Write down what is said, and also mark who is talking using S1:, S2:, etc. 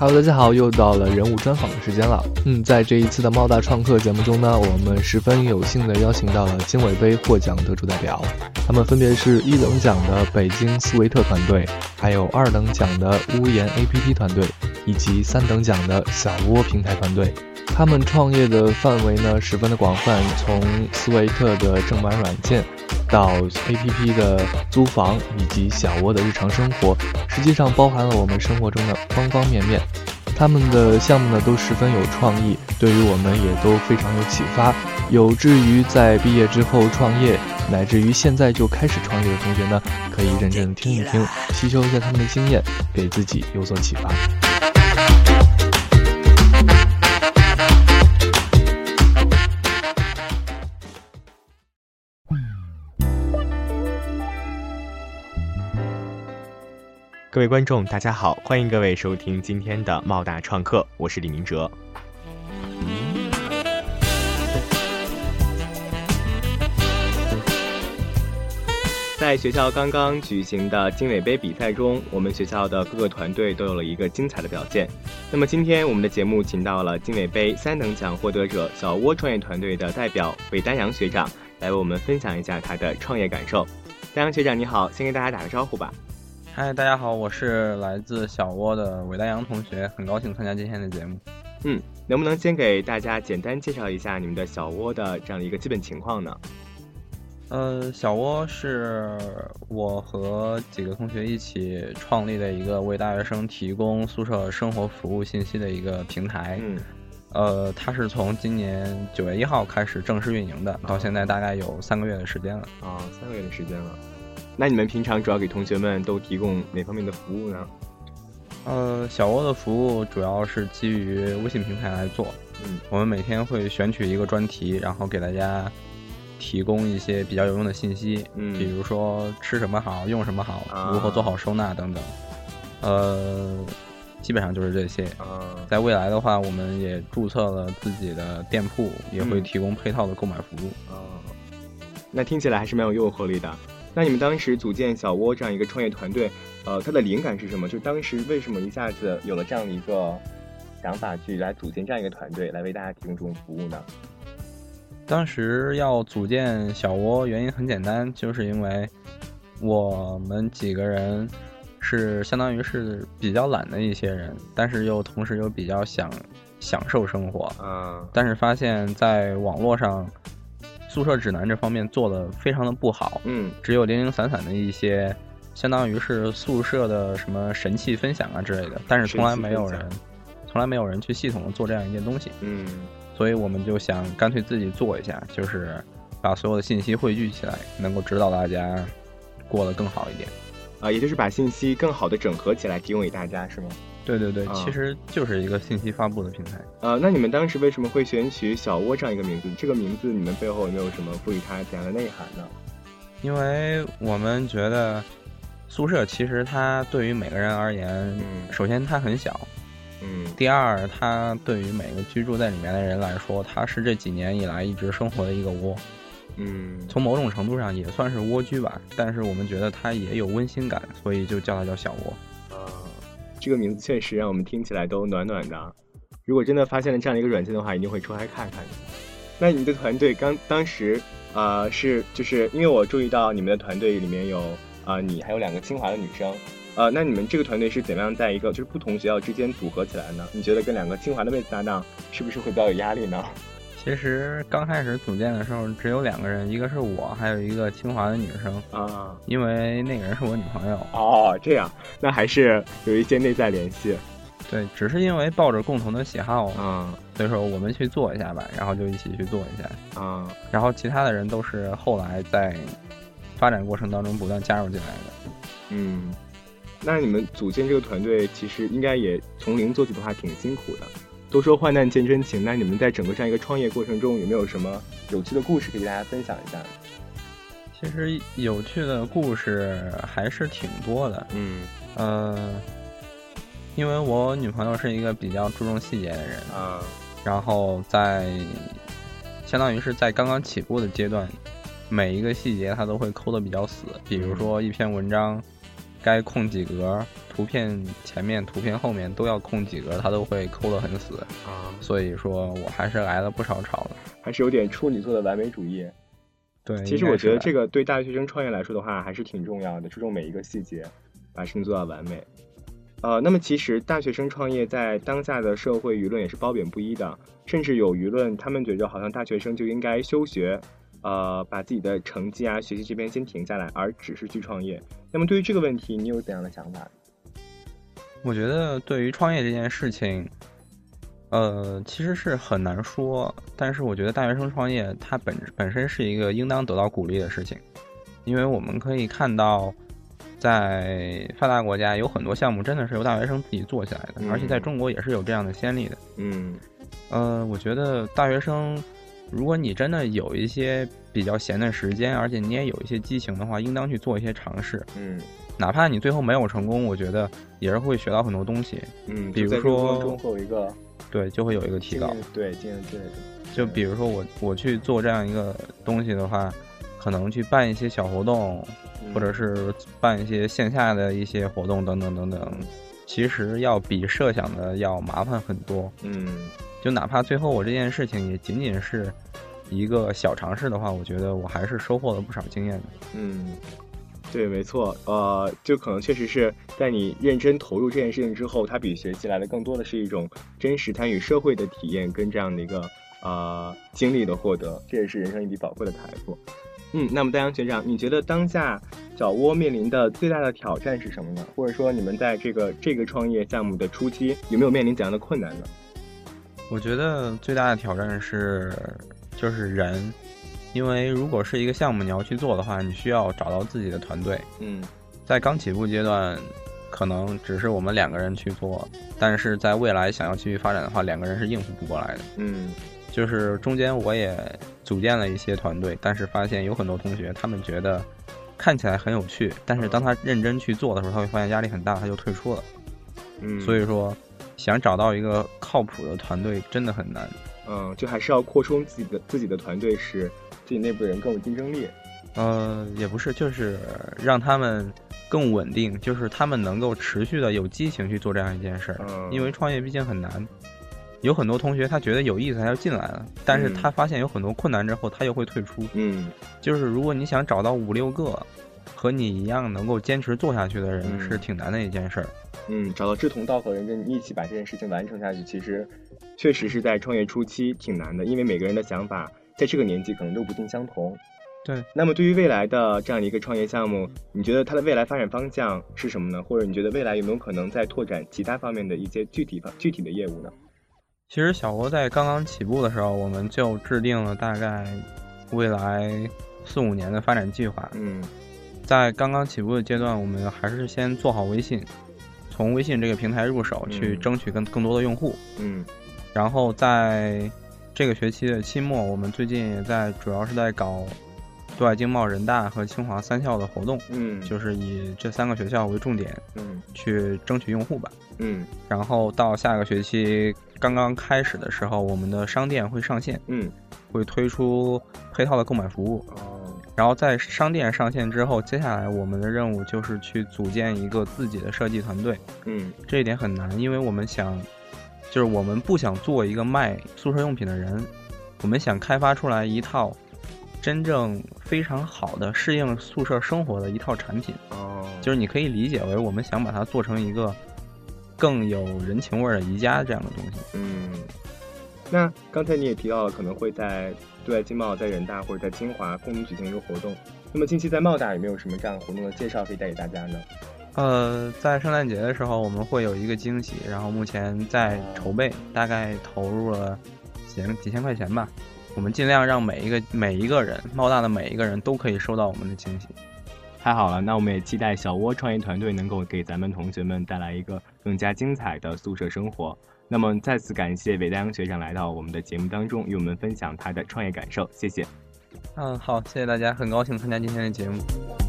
S1: Hello， 大家好，又到了人物专访的时间了。在这一次的贸大创客节目中呢，我们十分有幸的邀请到了经纬杯获奖得主代表，他们分别是1等奖的北京斯维特团队，还有2等奖的屋檐 APP 团队，以及3等奖的小窝平台团队。他们创业的范围呢十分的广泛，从斯维特的正版软件到 APP 的租房以及小窝的日常生活，实际上包含了我们生活中的方方面面。他们的项目呢都十分有创意，对于我们也都非常有启发，有志于在毕业之后创业，乃至于现在就开始创业的同学呢，可以认真听一听，吸收一下他们的经验，给自己有所启发。
S2: 各位观众大家好，欢迎各位收听今天的贸大创客，我是李明哲。在学校刚刚举行的经纬杯比赛中，我们学校的各个团队都有了一个精彩的表现。那么今天我们的节目请到了经纬杯3等奖获得者小窝创业团队的代表韦丹阳学长，来为我们分享一下他的创业感受。丹阳学长你好，先给大家打个招呼吧。
S3: 嗨，大家好，我是来自小窝的韦丹阳同学，很高兴参加今天的节目。
S2: 能不能先给大家简单介绍一下你们的小窝的这样的一个基本情况呢？
S3: 小窝是我和几个同学一起创立的一个为大学生提供宿舍生活服务信息的一个平台。它是从今年9月1号开始正式运营的，到现在大概有3个月的时间了。
S2: 3个月的时间了。那你们平常主要给同学们都提供哪方面的服务呢？
S3: 小窝的服务主要是基于微信平台来做。我们每天会选取一个专题，然后给大家提供一些比较有用的信息，比如说吃什么好，用什么好，如何做好收纳等等。基本上就是这些。在未来的话，我们也注册了自己的店铺，也会提供配套的购买服务。
S2: 那听起来还是蛮有诱惑力的。那你们当时组建小窝这样一个创业团队，它的灵感是什么？就当时为什么一下子有了这样的一个想法去来组建这样一个团队，来为大家提供这种服务呢？
S3: 当时要组建小窝原因很简单，就是因为我们几个人是相当于是比较懒的一些人，但是同时又比较想享受生活。但是发现在网络上宿舍指南这方面做的非常的不好，只有零零散散的一些相当于是宿舍的什么神器分享啊之类的，但是从来没有人去系统的做这样一件东西。所以我们就想干脆自己做一下，就是把所有的信息汇聚起来，能够指导大家过得更好一点。
S2: 也就是把信息更好的整合起来提供给大家，是吗？
S3: 对，其实就是一个信息发布的平台。
S2: 那你们当时为什么会选取小窝这样一个名字？这个名字你们背后有没有什么赋予它怎样的内涵呢？
S3: 因为我们觉得宿舍其实它对于每个人而言，首先它很小，第二它对于每个居住在里面的人来说，它是这几年以来一直生活的一个窝。从某种程度上也算是蜗居吧，但是我们觉得它也有温馨感，所以就叫它叫小窝。
S2: 这个名字确实让我们听起来都暖暖的。如果真的发现了这样的一个软件的话，一定会出来看看的。那你的团队当时就是因为我注意到你们的团队里面有你还有2个清华的女生，那你们这个团队是怎么样在一个就是不同学校之间组合起来呢？你觉得跟2个清华的妹子搭档是不是会比较有压力呢？
S3: 其实刚开始组建的时候只有2个人，一个是我，还有一个清华的女生因为那个人是我女朋友。
S2: 这样，那还是有一些内在联系。
S3: 对，只是因为抱着共同的喜好所以说我们去做一下吧，然后就一起去做一下然后其他的人都是后来在发展过程当中不断加入进来的。
S2: 那你们组建这个团队其实应该也从零做起的话挺辛苦的。都说患难见真情，那你们在整个这样一个创业过程中有没有什么有趣的故事可以给大家分享一下？
S3: 其实有趣的故事还是挺多的。因为我女朋友是一个比较注重细节的人然后相当于是在刚刚起步的阶段，每一个细节她都会抠得比较死。比如说一篇文章该空几格，图片前面图片后面都要空几格，它都会抠得很死
S2: 啊。
S3: 所以说我还是挨了不少吵的，
S2: 还是有点处女座的完美主义。
S3: 对，
S2: 其实我觉得这个对大学生创业来说的话还是挺重要的，注重每一个细节，把事情做到完美。那么其实大学生创业在当下的社会舆论也是褒贬不一的，甚至有舆论他们觉得好像大学生就应该休学，把自己的成绩啊学习这边先停下来，而只是去创业。那么对于这个问题你有怎样的想法？
S3: 我觉得对于创业这件事情其实是很难说，但是我觉得大学生创业它本身是一个应当得到鼓励的事情，因为我们可以看到在发达国家有很多项目真的是由大学生自己做起来的，而且在中国也是有这样的先例的。我觉得大学生如果你真的有一些比较闲的时间，而且你也有一些激情的话，应当去做一些尝试。哪怕你最后没有成功，我觉得也是会学到很多东西。比如说
S2: 中会有一个
S3: 对，就会有一个提高。
S2: 对，经验积累。
S3: 就比如说我去做这样一个东西的话，可能去办一些小活动，或者是办一些线下的一些活动等等等等，其实要比设想的要麻烦很多。就哪怕最后我这件事情也仅仅是一个小尝试的话，我觉得我还是收获了不少经验的。
S2: 对，没错，就可能确实是在你认真投入这件事情之后，它比学习来的更多的是一种真实参与社会的体验跟这样的一个经历的获得，这也是人生一笔宝贵的财富。那么丹阳学长，你觉得当下小窝面临的最大的挑战是什么呢？或者说你们在这个创业项目的初期有没有面临怎样的困难呢？
S3: 我觉得最大的挑战就是人。因为如果是一个项目你要去做的话，你需要找到自己的团队。在刚起步阶段可能只是我们2个人去做，但是在未来想要继续发展的话，2个人是应付不过来的。就是中间我也组建了一些团队，但是发现有很多同学他们觉得看起来很有趣，但是当他认真去做的时候，他会发现压力很大，他就退出了。所以说想找到一个靠谱的团队真的很难。
S2: 就还是要扩充自己的团队，使自己内部的人更有竞争力。
S3: 也不是，就是让他们更稳定，就是他们能够持续的有激情去做这样一件事儿。因为创业毕竟很难，有很多同学他觉得有意思他就进来了，但是他发现有很多困难之后他又会退出。就是如果你想找到5、6个和你一样能够坚持做下去的人，是挺难的一件事儿。
S2: 找到志同道合的人跟你一起把这件事情完成下去，其实确实是在创业初期挺难的，因为每个人的想法在这个年纪可能都不尽相同。
S3: 对，
S2: 那么对于未来的这样的一个创业项目，你觉得它的未来发展方向是什么呢？或者你觉得未来有没有可能再拓展其他方面的一些具体的业务呢？
S3: 其实小窝在刚刚起步的时候，我们就制定了大概未来4、5年的发展计划。在刚刚起步的阶段，我们还是先做好微信，从微信这个平台入手，去争取更多的用户。然后在这个学期的期末，我们最近也主要是在搞对外经贸、人大和清华3校的活动。就是以这3个学校为重点，去争取用户吧。然后到下个学期刚刚开始的时候，我们的商店会上线，会推出配套的购买服务。然后在商店上线之后，接下来我们的任务就是去组建一个自己的设计团队。这一点很难，因为我们不想做一个卖宿舍用品的人，我们想开发出来一套真正非常好的适应宿舍生活的一套产品。就是你可以理解为我们想把它做成一个更有人情味的宜家这样的东西。
S2: 那刚才你也提到了可能会在对外经贸、在人大或者在清华共同举行一个活动，那么近期在贸大有没有什么这样的活动的介绍可以带给大家呢？
S3: 在圣诞节的时候我们会有一个惊喜，然后目前在筹备，大概投入了几千块钱吧。我们尽量让每一个人，贸大的每一个人都可以收到我们的惊喜。
S2: 太好了，那我们也期待小窝创业团队能够给咱们同学们带来一个更加精彩的宿舍生活。那么再次感谢韦丹阳学长来到我们的节目当中，与我们分享他的创业感受，谢谢。
S3: 好，谢谢大家，很高兴参加今天的节目。